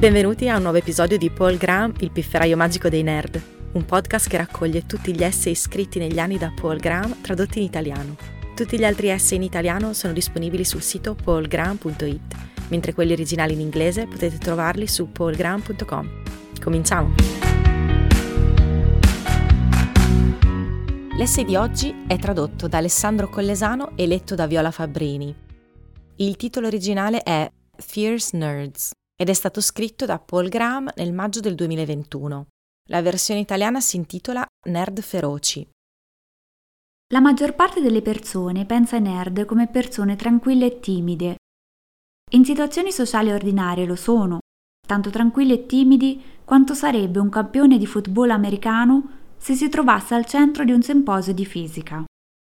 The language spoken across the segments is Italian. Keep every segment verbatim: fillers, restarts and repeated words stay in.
Benvenuti a un nuovo episodio di Paul Graham, il pifferaio magico dei nerd, un podcast che raccoglie tutti gli essay scritti negli anni da Paul Graham tradotti in italiano. Tutti gli altri essay in italiano sono disponibili sul sito paul graham punto it, mentre quelli originali in inglese potete trovarli su paul graham punto com. Cominciamo! L'essay di oggi è tradotto da Alessandro Collesano e letto da Viola Fabbrini. Il titolo originale è Fierce Nerds ed è stato scritto da Paul Graham nel maggio del duemilaventuno. La versione italiana si intitola Nerd feroci. La maggior parte delle persone pensa ai nerd come persone tranquille e timide. In situazioni sociali ordinarie lo sono, tanto tranquilli e timidi quanto sarebbe un campione di football americano se si trovasse al centro di un semposio di fisica.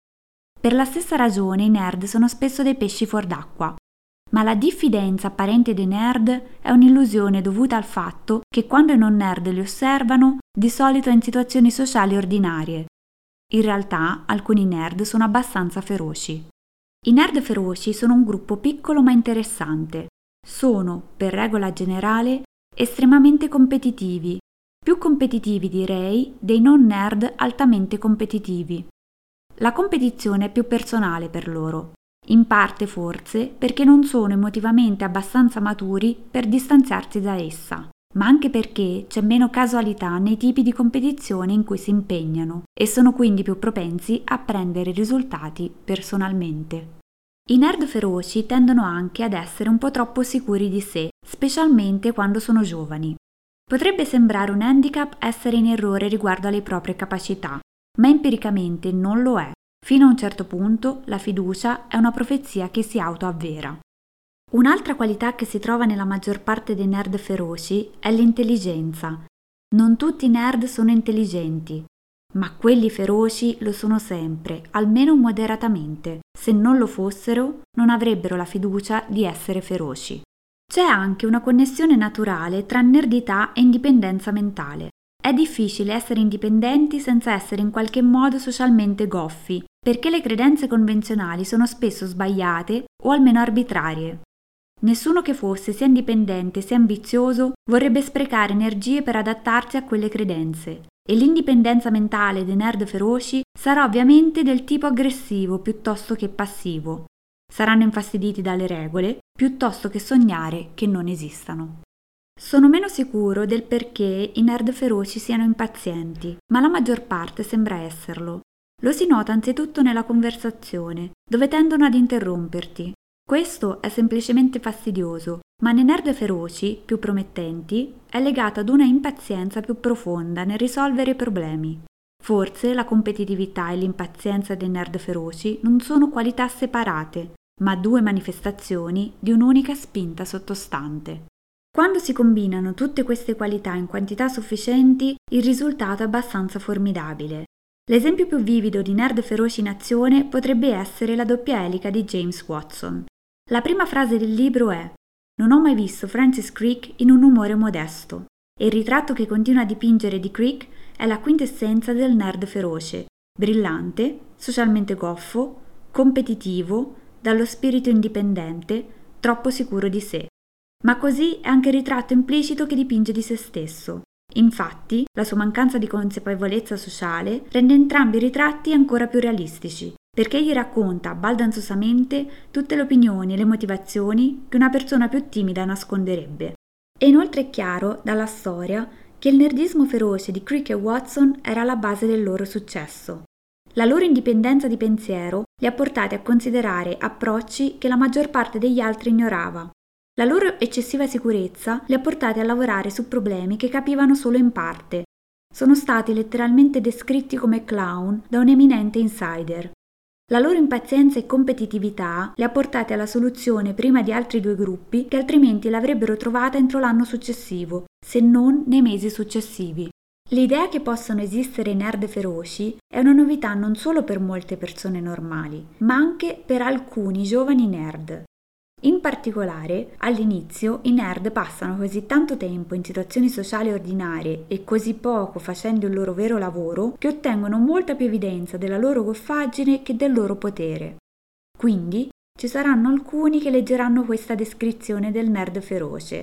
Per la stessa ragione i nerd sono spesso dei pesci fuor d'acqua, ma la diffidenza apparente dei nerd è un'illusione dovuta al fatto che quando i non nerd li osservano, di solito è in situazioni sociali ordinarie. In realtà alcuni nerd sono abbastanza feroci. I nerd feroci sono un gruppo piccolo ma interessante. Sono, per regola generale, estremamente competitivi, più competitivi direi dei non nerd altamente competitivi. La competizione è più personale per loro, in parte forse perché non sono emotivamente abbastanza maturi per distanziarsi da essa, ma anche perché c'è meno casualità nei tipi di competizione in cui si impegnano e sono quindi più propensi a prendere i risultati personalmente. I nerd feroci tendono anche ad essere un po' troppo sicuri di sé, specialmente quando sono giovani. Potrebbe sembrare un handicap essere in errore riguardo alle proprie capacità, ma empiricamente non lo è. Fino a un certo punto la fiducia è una profezia che si autoavvera. Un'altra qualità che si trova nella maggior parte dei nerd feroci è l'intelligenza. Non tutti i nerd sono intelligenti, ma quelli feroci lo sono sempre, almeno moderatamente. Se non lo fossero, non avrebbero la fiducia di essere feroci. C'è anche una connessione naturale tra nerdità e indipendenza mentale. È difficile essere indipendenti senza essere in qualche modo socialmente goffi, perché le credenze convenzionali sono spesso sbagliate o almeno arbitrarie. Nessuno che fosse sia indipendente sia ambizioso vorrebbe sprecare energie per adattarsi a quelle credenze, e l'indipendenza mentale dei nerd feroci sarà ovviamente del tipo aggressivo piuttosto che passivo. Saranno infastiditi dalle regole piuttosto che sognare che non esistano. Sono meno sicuro del perché i nerd feroci siano impazienti, ma la maggior parte sembra esserlo. Lo si nota anzitutto nella conversazione, dove tendono ad interromperti. Questo è semplicemente fastidioso, ma nei nerd feroci, più promettenti, è legato ad una impazienza più profonda nel risolvere i problemi. Forse la competitività e l'impazienza dei nerd feroci non sono qualità separate, ma due manifestazioni di un'unica spinta sottostante. Quando si combinano tutte queste qualità in quantità sufficienti, il risultato è abbastanza formidabile. L'esempio più vivido di nerd feroci in azione potrebbe essere la doppia elica di James Watson. La prima frase del libro è: "Non ho mai visto Francis Crick in un umore modesto", e il ritratto che continua a dipingere di Crick è la quintessenza del nerd feroce, brillante, socialmente goffo, competitivo, dallo spirito indipendente, troppo sicuro di sé. Ma così è anche il ritratto implicito che dipinge di se stesso. Infatti, la sua mancanza di consapevolezza sociale rende entrambi i ritratti ancora più realistici, perché gli racconta baldanzosamente tutte le opinioni e le motivazioni che una persona più timida nasconderebbe. E inoltre è chiaro, dalla storia, che il nerdismo feroce di Crick e Watson era alla base del loro successo. La loro indipendenza di pensiero li ha portati a considerare approcci che la maggior parte degli altri ignorava. La loro eccessiva sicurezza li ha portati a lavorare su problemi che capivano solo in parte. Sono stati letteralmente descritti come clown da un eminente insider. La loro impazienza e competitività li ha portati alla soluzione prima di altri due gruppi che altrimenti l'avrebbero trovata entro l'anno successivo, se non nei mesi successivi. L'idea che possano esistere nerd feroci è una novità non solo per molte persone normali, ma anche per alcuni giovani nerd. In particolare, all'inizio i nerd passano così tanto tempo in situazioni sociali ordinarie e così poco facendo il loro vero lavoro che ottengono molta più evidenza della loro goffaggine che del loro potere. Quindi ci saranno alcuni che leggeranno questa descrizione del nerd feroce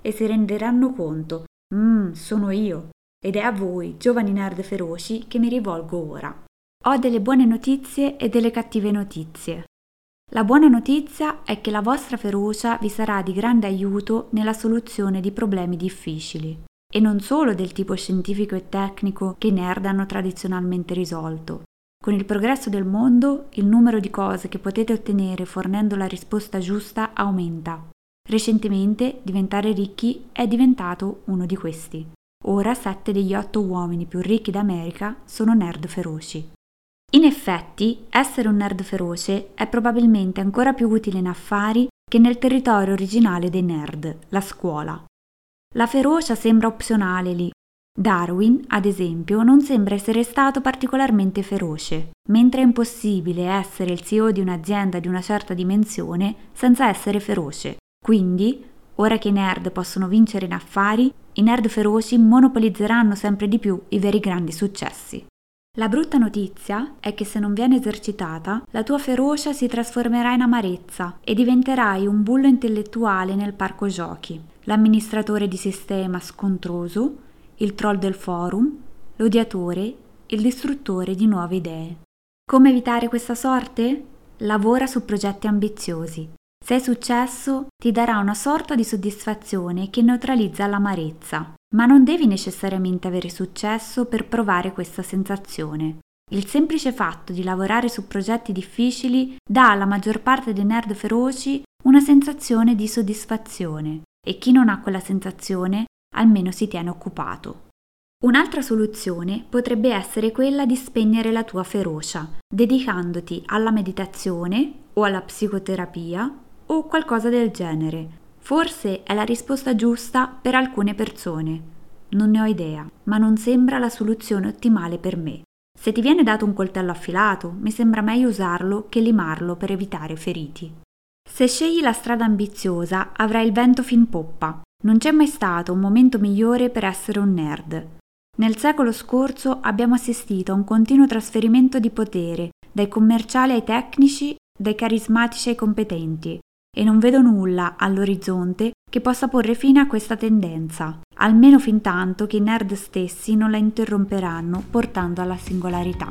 e si renderanno conto, mmm, sono io, ed è a voi, giovani nerd feroci, che mi rivolgo ora. Ho delle buone notizie e delle cattive notizie. La buona notizia è che la vostra ferocia vi sarà di grande aiuto nella soluzione di problemi difficili, e non solo del tipo scientifico e tecnico che i nerd hanno tradizionalmente risolto. Con il progresso del mondo, il numero di cose che potete ottenere fornendo la risposta giusta aumenta. Recentemente, diventare ricchi è diventato uno di questi. Ora sette degli otto uomini più ricchi d'America sono nerd feroci. In effetti, essere un nerd feroce è probabilmente ancora più utile in affari che nel territorio originale dei nerd, la scuola. La ferocia sembra opzionale lì. Darwin, ad esempio, non sembra essere stato particolarmente feroce, mentre è impossibile essere il C E O di un'azienda di una certa dimensione senza essere feroce. Quindi, ora che i nerd possono vincere in affari, i nerd feroci monopolizzeranno sempre di più i veri grandi successi. La brutta notizia è che se non viene esercitata, la tua ferocia si trasformerà in amarezza e diventerai un bullo intellettuale nel parco giochi, l'amministratore di sistema scontroso, il troll del forum, l'odiatore, il distruttore di nuove idee. Come evitare questa sorte? Lavora su progetti ambiziosi. Se hai successo, ti darà una sorta di soddisfazione che neutralizza l'amarezza, ma non devi necessariamente avere successo per provare questa sensazione. Il semplice fatto di lavorare su progetti difficili dà alla maggior parte dei nerd feroci una sensazione di soddisfazione, e chi non ha quella sensazione almeno si tiene occupato. Un'altra soluzione potrebbe essere quella di spegnere la tua ferocia, dedicandoti alla meditazione o alla psicoterapia o qualcosa del genere. Forse è la risposta giusta per alcune persone. Non ne ho idea, ma non sembra la soluzione ottimale per me. Se ti viene dato un coltello affilato, mi sembra meglio usarlo che limarlo per evitare feriti. Se scegli la strada ambiziosa, avrai il vento fin poppa. Non c'è mai stato un momento migliore per essere un nerd. Nel secolo scorso abbiamo assistito a un continuo trasferimento di potere, dai commerciali ai tecnici, dai carismatici ai competenti, e non vedo nulla all'orizzonte che possa porre fine a questa tendenza, almeno fin tanto che i nerd stessi non la interromperanno portando alla singolarità.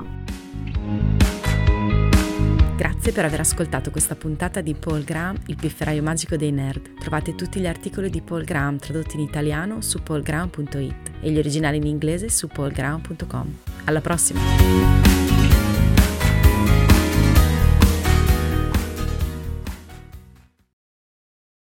Grazie per aver ascoltato questa puntata di Paul Graham, il pifferaio magico dei nerd. Trovate tutti gli articoli di Paul Graham tradotti in italiano su paul graham punto it e gli originali in inglese su paul graham punto com. Alla prossima!